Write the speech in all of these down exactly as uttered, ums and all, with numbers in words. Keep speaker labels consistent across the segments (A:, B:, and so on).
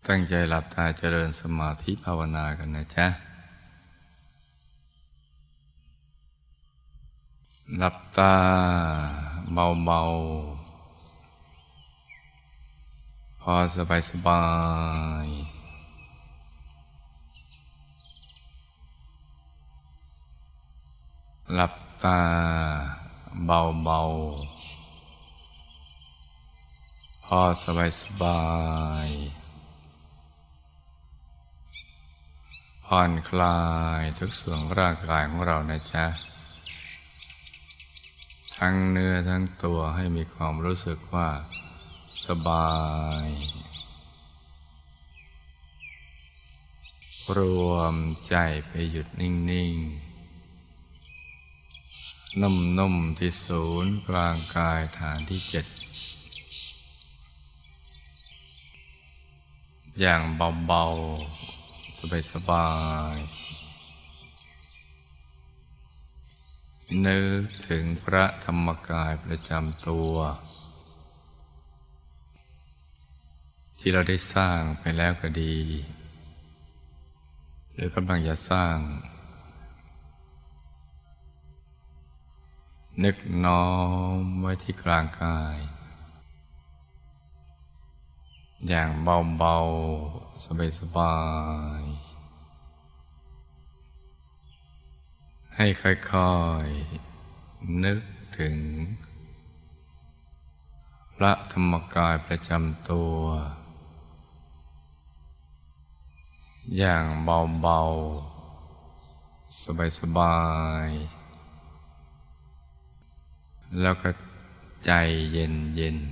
A: ตั้งใจหลับตาเจริญสมาธิภาวนากันนะจ๊ะหลับตาเบาๆพอสบายสบายหลับตาเบาๆพอสบายสบายผ่อนคลายทุกส่วนร่างกายของเรานะจ๊ะทั้งเนื้อทั้งตัวให้มีความรู้สึกว่าสบายรวมใจไปหยุดนิ่งๆนุ่มๆที่ศูนย์กลางกายฐานที่เจ็ดอย่างเบาๆสบายๆนึกถึงพระธรรมกายประจำตัวที่เราได้สร้างไปแล้วก็ดีหรือกำลังจะสร้างนึกน้อมไว้ที่กลางกายอย่างเบาๆสบายๆให้ค่อยๆนึกถึงพระธรรมกายประจำตัวอย่างเบาๆสบายๆแล้วก็ใจเย็นๆ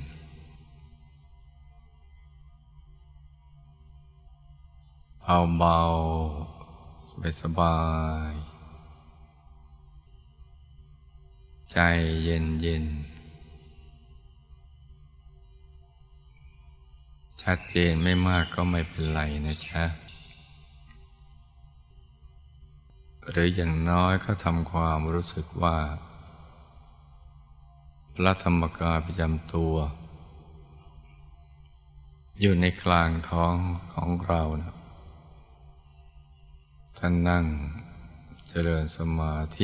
A: เบาๆสบายๆใจเย็นๆชัดเจนไม่มากก็ไม่เป็นไรนะจ๊ะหรืออย่างน้อยก็ทำความรู้สึกว่าพระธรรมกายประจำตัวอยู่ในกลางท้องของเรานะท่านนั่งเจริญสมาธิ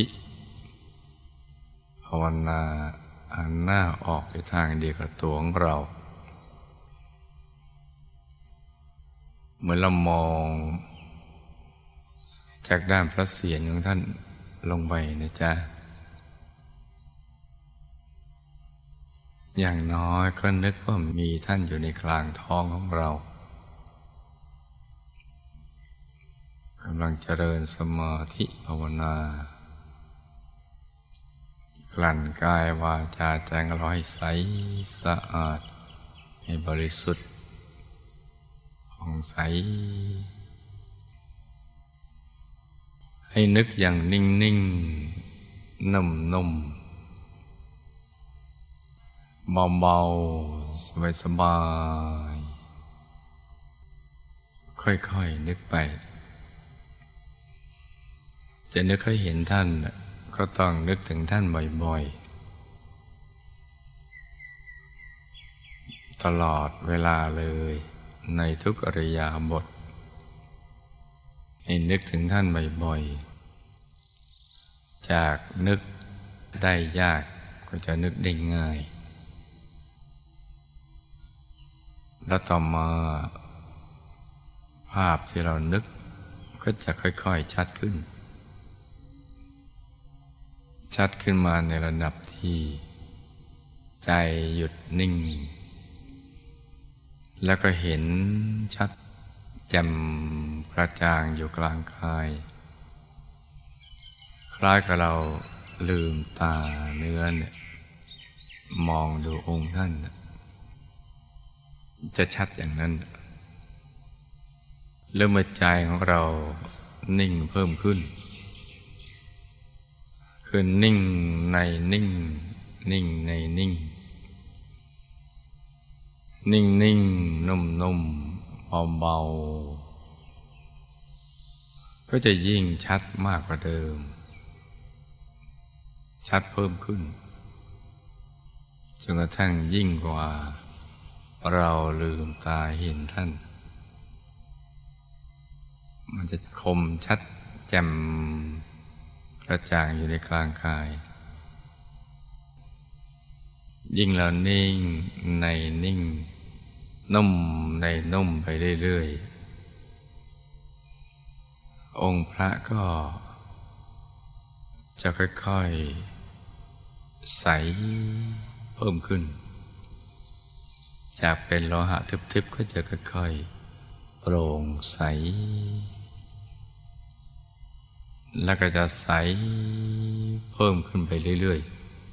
A: ภาวนาหันหน้าออกไปทางเดียวกับตัวของเราเหมือนเรามองจากด้านพระเศียรของท่านลงไปนะจ๊ะอย่างน้อยก็นึกว่ามีท่านอยู่ในกลางท้องของเรากำลังเจริญสมาธิภาวนากลั่นกายวาจาใจของเราให้ใสสะอาดให้บริสุทธิ์ผ่องใสให้นึกอย่างนิ่งๆนุ่มๆเบาๆสบายๆค่อยๆนึกไปจะนึกให้เห็นท่านก็ต้องนึกถึงท่านบ่อยๆตลอดเวลาเลยในทุกอิริยาบถให้นึกถึงท่านบ่อยๆจากนึกได้ยากก็จะนึกได้ง่ายแล้วต่อมาภาพที่เรานึกก็จะค่อยๆชัดขึ้นชัดขึ้นมาในระดับที่ใจหยุดนิ่งแล้วก็เห็นชัดแจ่มกระจ่างอยู่กลางกายคล้ายกับเราลืมตาเนื้อเนี่ยมองดูองค์ท่านจะชัดอย่างนั้นเริ่มใจของเรานิ่งเพิ่มขึ้นคือนิ่งในนิ่งนิ่งในนิ่งนิ่งนิ่งนุ่มนุ่มเบาเบาก็จะยิ่งชัดมากกว่าเดิมชัดเพิ่มขึ้นจนกระทั่งยิ่งกว่าเราลืมตาเห็นท่านมันจะคมชัดแจ่มกระจ่างอยู่ในกลางกายยิ่งเรานิ่งในนิ่งนุ่มในนุ่มไปเรื่อยๆองค์พระก็จะค่อยๆใสเพิ่มขึ้นจากเป็นโลหะทึบๆก็จะค่อยๆโปร่งใสแล้วก็จะใสเพิ่มขึ้นไปเรื่อย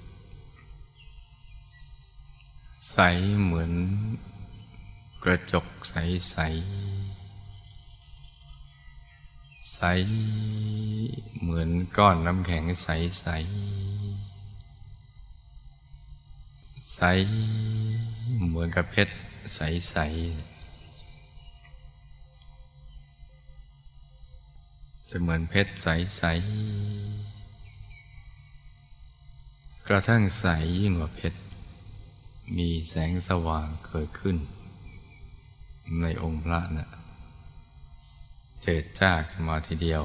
A: ๆใสเหมือนกระจกใสใสใสเหมือนก้อนน้ำแข็งใสใสใสเหมือนกับเพชรใสใสจะเหมือนเพชรใสใสกระทั่งใสยิ่งกว่าเพชรมีแสงสว่างเกิดขึ้นในองค์พระน่ะเจิดจ้าขึ้นมาทีเดียว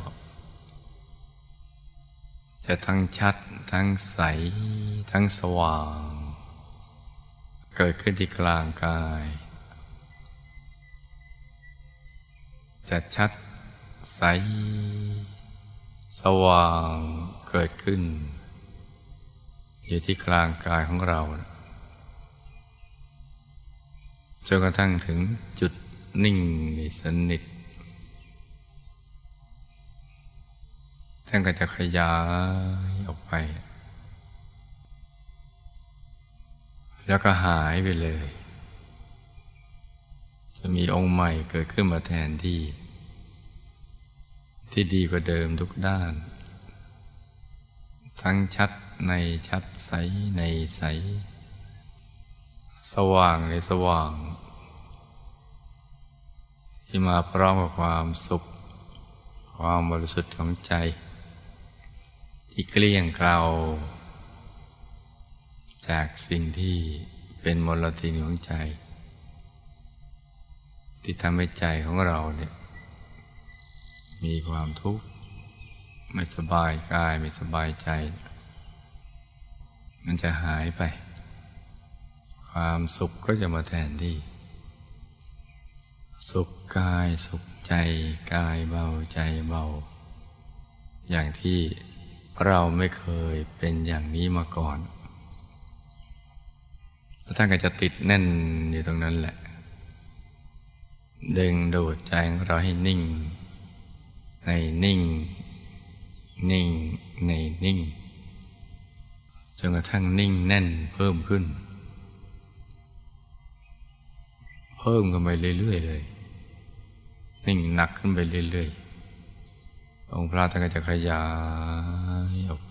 A: จะทั้งชัดทั้งใสทั้งสว่างเกิดขึ้นที่กลางกายจะชัดใสสว่างเกิดขึ้นอยู่ที่กลางกายของเราจนกระทั่งถึงจุดนิ่งสนิทท่านก็จะขยายออกไปแล้วก็หายไปเลยจะมีองค์ใหม่เกิดขึ้นมาแทนที่ที่ดีกว่าเดิมทุกด้านทั้งชัดในชัดใสในใสสว่างในสว่างที่มาพร้อมกับความสุขความบริสุทธิ์ของใจที่เกลี้ยงเกลาจากสิ่งที่เป็นมลทินของใจที่ทำให้ใจของเราเนี่ยมีความทุกข์ไม่สบายกายไม่สบายใจมันจะหายไปความสุขก็จะมาแทนที่สุขกายสุขใจกายเบาใจเบาอย่างที่เราไม่เคยเป็นอย่างนี้มาก่อนแล้วท่านก็จะติดแน่นอยู่ตรงนั้นแหละดึงดูดใจของเราให้นิ่งในนิ่งนิ่งในนิ่งจนกระทั่งนิ่งแน่นเพิ่มขึ้นเพิ่มขึ้นไปเรื่อยๆเลยนิ่งหนักขึ้นไปเรื่อยๆองค์พระท่านก็จะขยายออกไป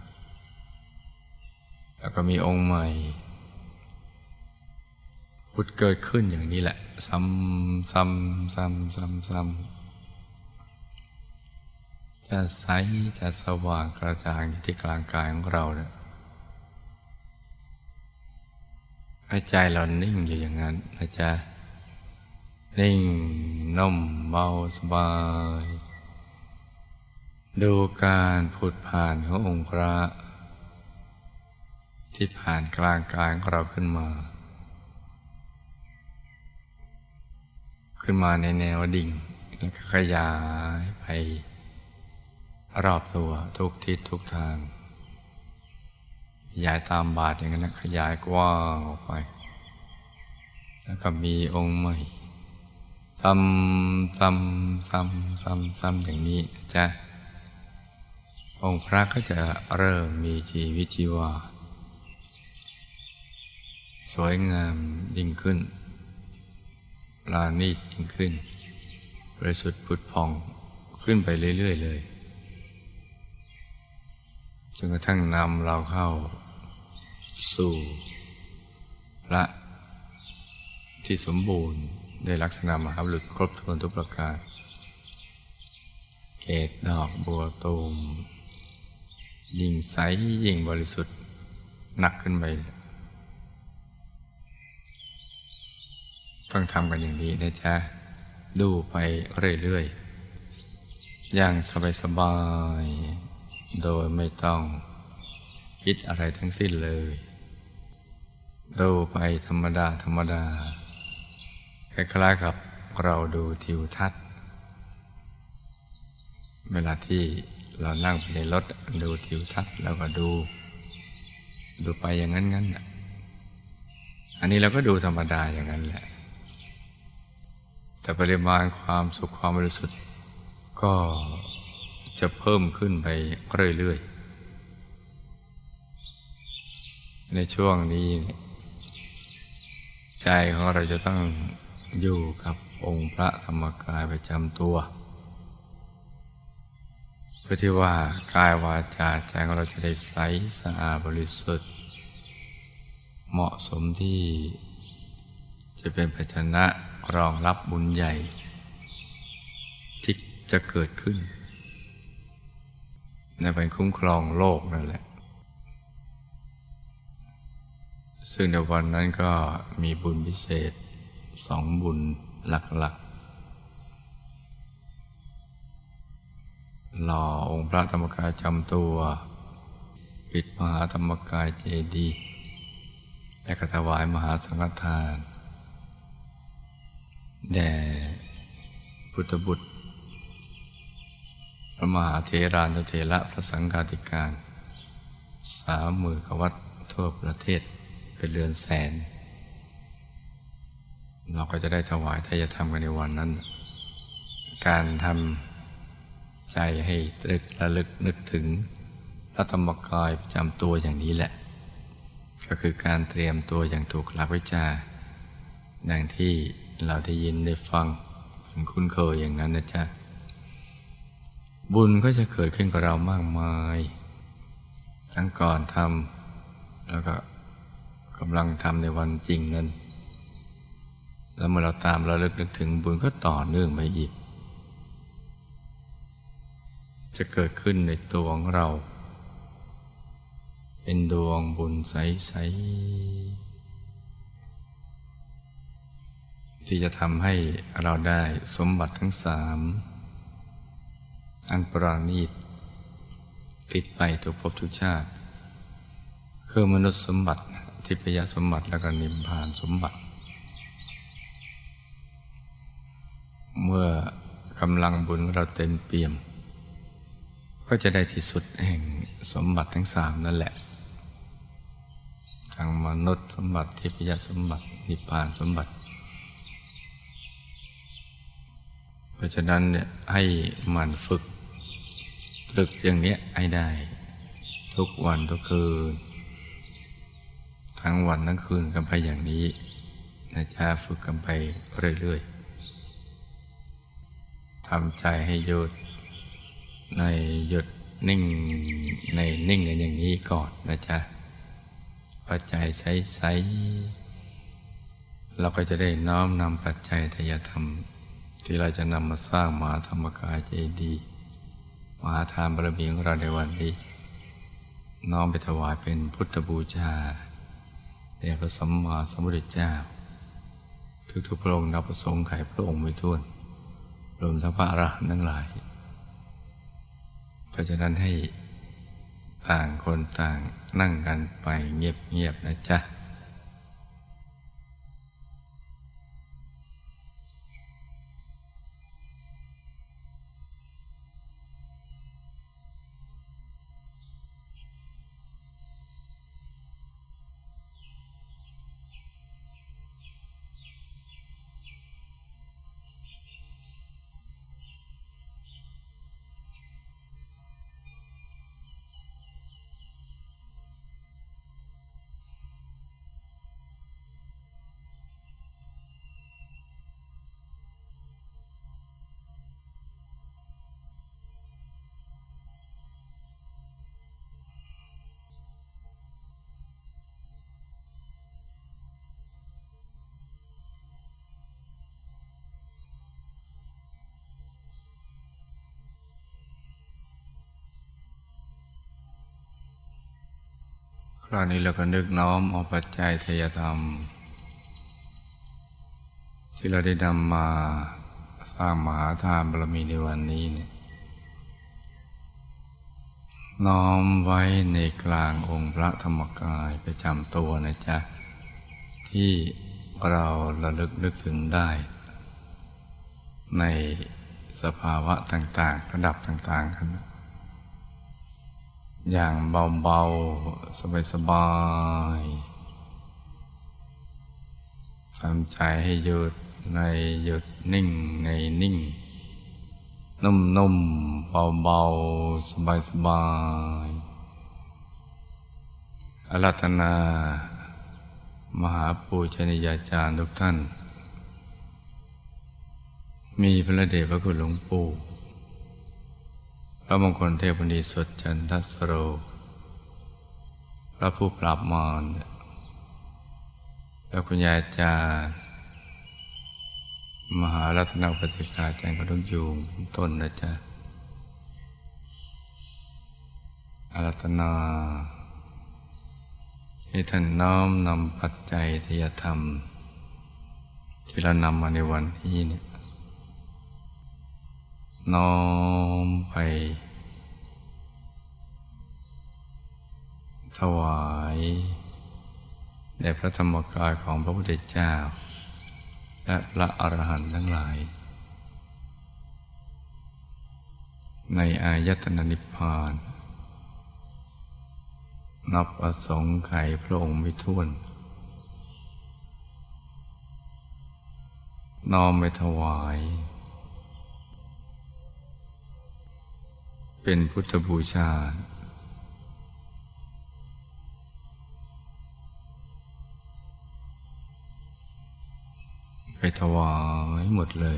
A: แล้วก็มีองค์ใหม่พุทธเกิดขึ้นอย่างนี้แหละซ้ำซ้ำซ้ำซ้ำซ้ำจะใสจะสว่างกระจ่างอยู่ที่กลางกายของเราเนี่ยให้ใจเรานิ่งอยู่อย่างนั้นนะจ๊ะนิ่งนุ่มเบาสบายดูการผุดผ่านขององค์พระที่ผ่านกลางกายของเราขึ้นมาขึ้นมาในแนวดิ่งแล้วก็ขยายไปรอบตัวทุกทิศทุกทางขยายตามบาทอย่างนั้นนะขยายกว้างออกไปแล้วก็มีองค์ใหม่ซ้ำซ้ำซ้ำซ้ำซ้ำอย่างนี้นะจ๊ะองค์พระก็จะเริ่มมีชีวิตชีวาสวยงามยิ่งขึ้นปราณีตยิ่งขึ้นบริสุทธิ์ผุดผ่องขึ้นไปเรื่อยๆเลยจนกระทั่งนำเราเข้าสู่พระที่สมบูรณ์ได้ลักษณะมหาบุรุษครบถ้วนทุกประการเกศดอกบัวตูมยิ่งใสยิ่งบริสุทธิ์หนักขึ้นไปต้องทำกันอย่างนี้นะจ๊ะดูไปเรื่อยๆอย่างสบายๆโดยไม่ต้องคิดอะไรทั้งสิ้นเลยดูไปธรรมดาธรรมดาคล้ายๆกับเราดูทิวทัศน์เวลาที่เรานั่งไปในรถดูทิวทัศน์แล้วก็ดูดูไปอย่างนั้นงั้นอันนี้เราก็ดูธรรมดาอย่างนั้นแหละแต่ปริมาณความสุขความบริสุทธิ์ก็จะเพิ่มขึ้นไปเรื่อยๆในช่วงนี้ใจของเราจะต้องอยู่กับองค์พระธรรมกายประจำตัวเพื่อที่ว่ากายวาจาใจของเราจะได้ใสสะอาดบริสุทธิ์เหมาะสมที่จะเป็นภาชนะรองรับบุญใหญ่ที่จะเกิดขึ้นในการคุ้มครองโลกนั่นแหละซึ่งในวันนั้นก็มีบุญพิเศษสองบุญหลักๆหล่อองค์พระธรรมกายจำตัวปิดมหาธรรมกายเจดีย์และถวายมหาสังฆทานแด่พุทธบุตรพระมหาเถรานุเถระพระสังฆาธิการสามหมื่นกว่าวัดทั่วประเทศเป็นเรือนแสนเราก็จะได้ถวายทายธรรมกันในวันนั้นการทำใจให้ตรึกระลึกนึกถึงพระธรรมกายประจำตัวอย่างนี้แหละก็คือการเตรียมตัวอย่างถูกหลักวิชาดังที่เราได้ยินได้ฟังเป็นคุ้นเคยอย่างนั้นนะจ๊ะบุญก็จะเกิดขึ้นกับเรามากมายทั้งก่อนทำแล้วก็กำลังทำในวันจริงนั้นแล้วเมื่อเราตามระลึกนึกถึงบุญก็ต่อเนื่องไปอีกจะเกิดขึ้นในตัวของเราเป็นดวงบุญใสๆที่จะทำให้เราได้สมบัติทั้งสามอันประณีตติดไปทุกภพทุกชาติคือมนุษย์สมบัติทิพยสมบัติและก็นิพพานสมบัติเมื่อกำลังบุญของเราเต็มเปี่ยมก็จะได้ที่สุดแห่งสมบัติทั้งสามนั่นแหละทั้งมนุษย์สมบัติทิพยสมบัตินิพพานสมบัติเพราะฉะนั้นเนี่ยให้หมั่นฝึกตรึกอย่างนี้ให้ได้ทุกวันทุกคืนทั้งวันทั้งคืนกันไปอย่างนี้นะจ๊ะฝึกกันไปเรื่อยๆทำใจให้หยุดในหยุดนิ่งในนิ่งกันอย่างนี้ก่อนนะจ๊ะปัจจัยใสๆเราก็จะได้น้อมนำปัจจัยทายธรรมที่เราจะนำมาสร้างมหาธรรมกายเจดีย์มหาทานบารมีของเราในวันนี้น้อมไปถวายเป็นพุทธบูชาแด่พระสัมมาสัมพุทธเจ้าทุกๆพระองค์นับประสงค์ไขพระองค์ไม่ถ้วนรวมทั้งพระอรหันต์ทั้งหลายเพราะฉะนั้นให้ต่างคนต่างนั่งกันไปเงียบๆนะจ๊ะคราวนี้เราก็นึกน้อมเอาปัจจัยทายธรรมที่เราได้นำมาสร้างมหาทานบารมีในวันนี้เนี่ยน้อมไว้ในกลางองค์พระธรรมกายประจำตัวนะจ๊ะที่เราระลึกนึกถึงได้ในสภาวะต่างๆระดับต่างๆกันอย่างเบาๆสบายๆทำใจให้หยุดในหยุดนิ่งในนิ่งนุ่มๆเบาๆสบายๆอาราธนามหาปูชนียาจารย์ทุกท่านมีพระเดชพระคุณหลวงปู่พระมงคลเทพมุนีสดจันทสโรพระผู้ปราบมารและคุณยายอาจารย์มหารัตนอุปัชฌาย์อาจารย์ขนมยูงเป็นต้นนะจ๊ะอารัตนาให้ท่านน้อมนำปัจจัยทายธรรมที่เรานำมาในวันนี้เนี่ยน้อมไปถวายแด่พระธรรมกายของพระพุทธเจ้าและพระอรหันต์ทั้งหลายในอายตนะนิพพานนับอสงไขยพระองค์ไม่ถ้วนน้อมไปถวายเป็นพุทธบูชาไปถวายหมดเลย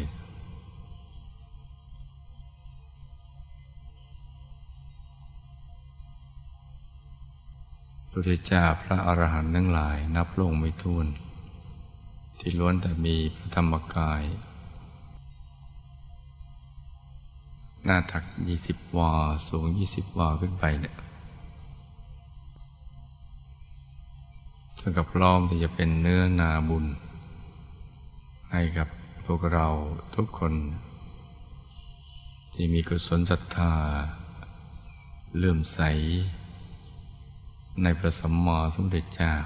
A: พระพุทธเจ้าพระอรหันต์ทั้งหลายนับลงไม่ถ้วนที่ล้วนแต่มีพระธรรมกายหน้าตักยี่สิบวาสูงยี่สิบวาขึ้นไปเนี่ยเท่ากับพร้อมที่จะเป็นเนื้อนาบุญให้กับพวกเราทุกคนที่มีกุศลศรัทธาเลื่อมใสในพระสัมมาสัมพุทธเจ้า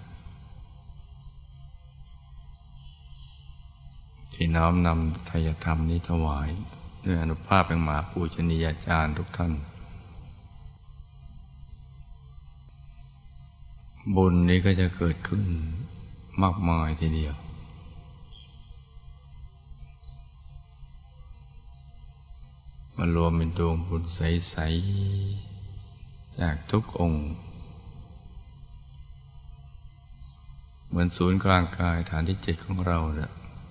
A: ที่น้อมนำไตรธรรมนี้ถวายด้วยอนุภาพแห่งมหาปูชนียาจารย์ทุกท่านบุญนี้ก็จะเกิดขึ้นมากมายทีเดียวมารวมเป็นดวงบุญใสๆจากทุกองค์เหมือนศูนย์กลางกายฐานที่เจ็ดของเราเนี่ย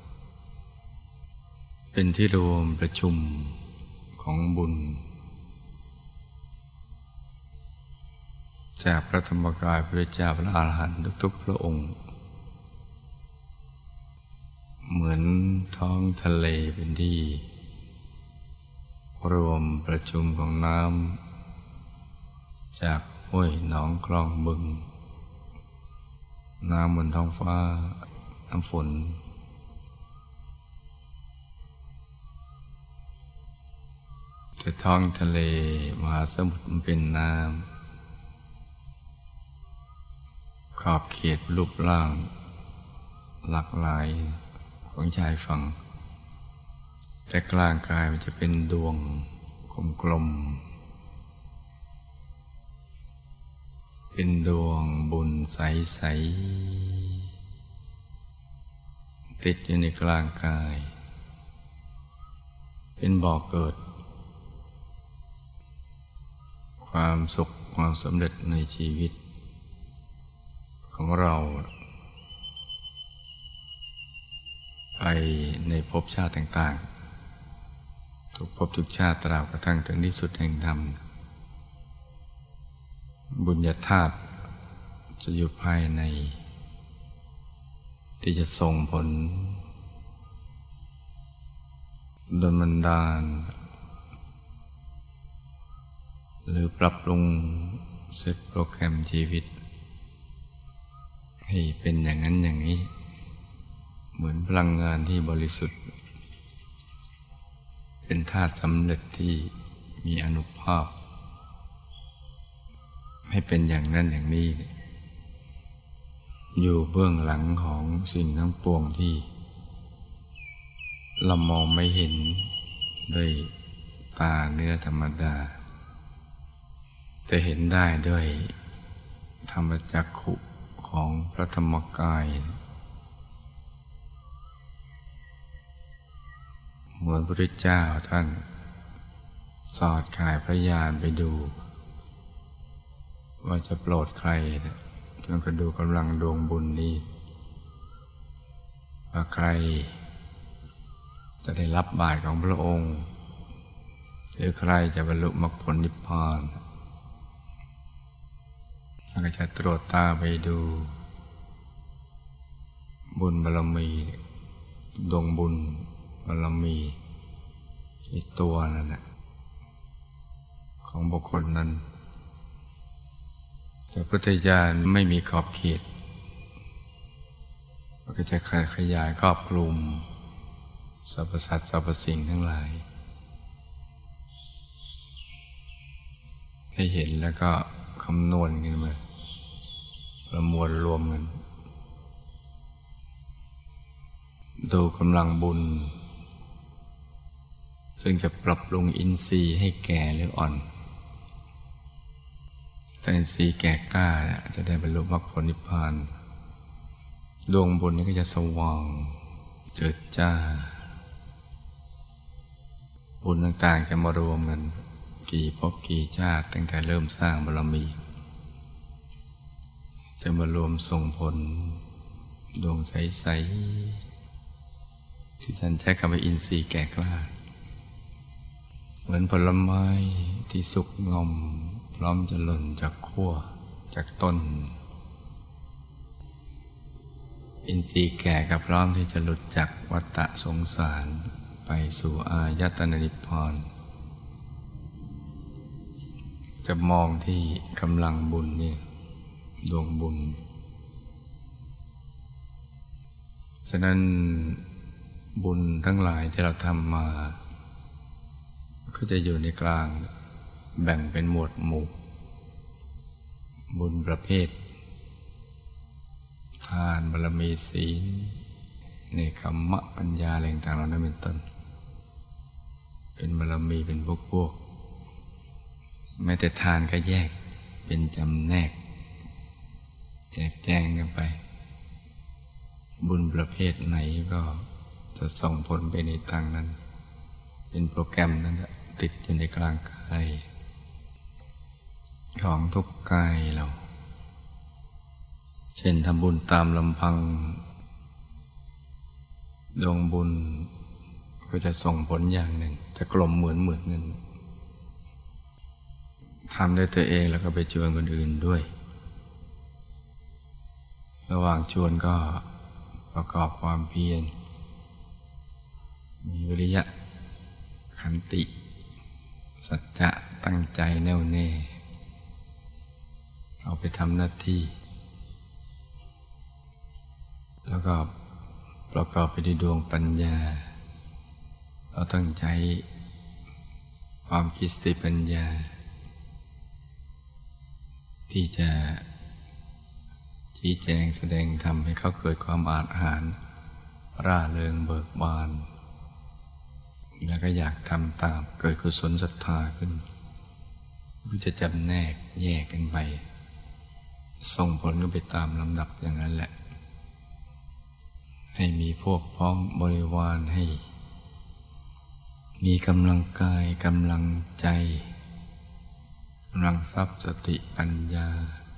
A: เป็นที่รวมประชุมของบุญจากพระธรรมกายพระเจ้าพระอรหันต์ทุกๆพระองค์เหมือนท้องทะเลเป็นที่รวมประชุมของน้ำจากห้วยหนองคลองบึงน้ำบนท้องฟ้าน้ำฝนแต่ท้องทะเลมหาสมุทรมันเป็นน้ำขอบเขตรูปร่างหลากหลายของชายฝั่งแต่กลางกายมันจะเป็นดวงกลมๆเป็นดวงบุญใสๆติดอยู่ในกลางกายเป็นบ่อเกิดความสุขความสำเร็จในชีวิตของเราไปในภพชาติต่างๆทุกภพทุกชาติตราบกระทั่งถึงที่สุดแห่งธรรมบุญญาธาตุจะอยู่ภายในที่จะส่งผลดลบันดาลหรือปรับปรุงเซตโปรแกรมชีวิตให้เป็นอย่างนั้นอย่างนี้เหมือนพลังงานที่บริสุทธิ์เป็นธาตุสำเร็จที่มีอานุภาพให้เป็นอย่างนั้นอย่างนี้อยู่เบื้องหลังของสิ่งทั้งปวงที่เรามองไม่เห็นด้วยตาเนื้อธรรมดาแต่เห็นได้ด้วยธรรมจักขุของพระธรรมกายเหมือนพระพุทธเจ้าท่านสอดข่ายพระญาณไปดูว่าจะโปรดใครท่านก็ดูกำลังดวงบุญนี้ว่าใครจะได้รับบาตรของพระองค์หรือใครจะบรรลุมรรคผลนิพพานท่านก็จะตรวจตาไปดูบุญบารมีดวงบุญบารมีอีกตัวนั่นแหละของบุคคลนั้นแต่พุทธญาณไม่มีขอบเขตมันก็จะขยายครอบคลุมสรรพสัตว์สรรพสิ่งทั้งหลายให้เห็นแล้วก็คำนวณกันมาประมวลรวมกันดูกำลังบุญซึ่งจะปรับปรุงอินทรีย์ให้แก่หรืออ่อนถ้าอินทรีย์แก่กล้าจะได้บรรลุมรรคผลนิพพานดวงบุญนี้ก็จะสว่างเจิดจ้าบุญต่างๆจะมารวมกันกี่ภพกี่ชาติตั้งแต่เริ่มสร้างบารมีจะมารวมส่งผลดวงใสๆที่ท่านใช้คำว่าอินทรีย์แก่กล้าเหมือนผลไม้ที่สุกงอมพร้อมจะหล่นจากขั้วจากต้นอินทรีย์แก่ก็พร้อมที่จะหลุดจากวัฏฏะสงสารไปสู่อายตนะนิพพานจะมองที่กำลังบุญนี่ดวงบุญฉะนั้นบุญทั้งหลายที่เราทำมาก็จะอยู่ในกลางแบ่งเป็นหมวดหมู่บุญประเภททานบารมีศีลเนกขัมมะปัญญาอะไรต่างๆเหล่านั้นเป็นต้นเป็นบารมีเป็นพวกพวกแม้แต่ทานก็แยกเป็นจำแนกแจกแจงกันไปบุญประเภทไหนก็จะส่งผลไปในทางนั้นเป็นโปรแกรมนั้นติดอยู่ในกลางกายของทุกกายเราเช่นทำบุญตามลำพังดวงบุญก็จะส่งผลอย่างหนึ่งจะกลมเหมือนเหมือนเงินทำด้วยตัวเองแล้วก็ไปชวนคนอื่นด้วยระหว่างชวนก็ประกอบความเพียรมีวิริยะขันติสัจจะตั้งใจแน่วแน่เอาไปทำหน้าที่แล้วก็ประกอบไปด้วยดวงปัญญาเราตั้งใจความคิดสติปัญญาที่จะชี้แจงแสดงธรรมให้เขาเกิดความอาจหาญร่าเริงเบิกบานแล้วก็อยากทำตามเกิดกุศลศรัทธาขึ้นก็จะจำแนกแยกกันไปส่งผลก็ไปตามลำดับอย่างนั้นแหละให้มีพวกพ้องบริวารให้มีกำลังกายกำลังใจกำลังทรัพย์สติปัญญา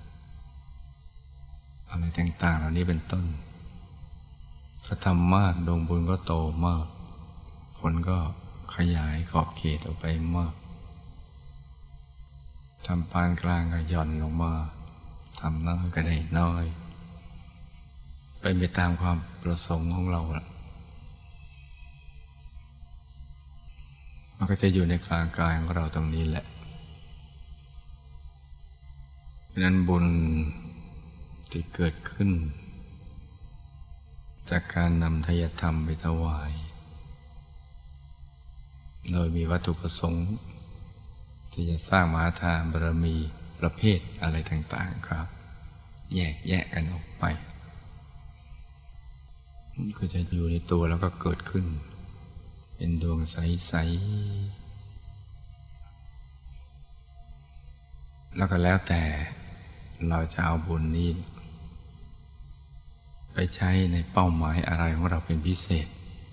A: อะไรต่างๆเหล่านี้เป็นต้นถ้าทำมากดวงบุญก็โตมากผลก็ขยายขอบเขตออกไปมากทำปานกลางก็หย่อนลงมาทำน้อยก็ได้น้อยไปไปตามความประสงค์ของเราละมันก็จะอยู่ในกลางกายของเราตรงนี้แหละเพราะนั้นบุญที่เกิดขึ้นจากการนำทายธรรมไปถวายโดยมีวัตถุประสงค์ที่จะสร้างมหาทานบารมีประเภทอะไรต่างๆครับแยกแยะกันออกไปก็จะอยู่ในตัวแล้วก็เกิดขึ้นเป็นดวงใสๆแล้วก็แล้วแต่เราจะเอาบุญนี้ไปใช้ในเป้าหมายอะไรของเราเป็นพิเศษ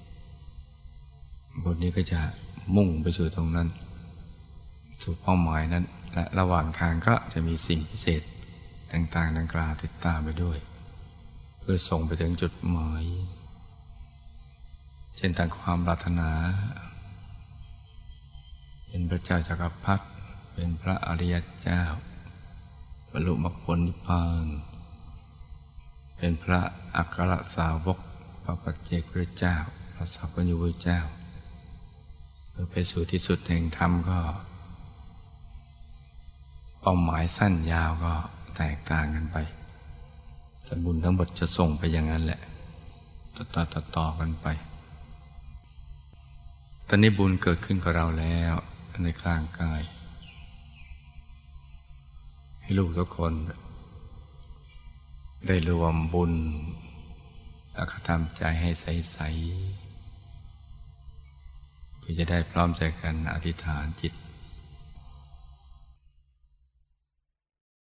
A: บุญนี้ก็จะมุ่งไปสู่ตรงนั้นสู่เป้าหมายนั้นและระหว่างทางก็จะมีสิ่งพิเศษต่างๆดังกล่าวติดตามไปด้วยเพื่อส่งไปถึงจุดหมายเช่นตามความปรารถนาเป็นพระเจ้าจักรพรรดิเป็นพระอริยเจ้าบรรลุมรรคผลนิพพานเป็นพระอัครสาวกพระปัจเจกพุทธเจ้าพระสัพพัญญูพุทธเจ้าเพื่อไปสู่ที่สุดแห่งธรรมก็เป้าหมายสั้นยาวก็แตกต่างกันไปแต่บุญทั้งหมดจะส่งไปอย่างนั้นแหละต่อต่อต่อกันไปตอนนี้บุญเกิดขึ้นกับเราแล้วในกลางกายให้ลูกทุกคนได้รวมบุญแล้วก็ทำใจให้ใสๆเพื่อจะได้พร้อมใจกันอธิษฐานจิต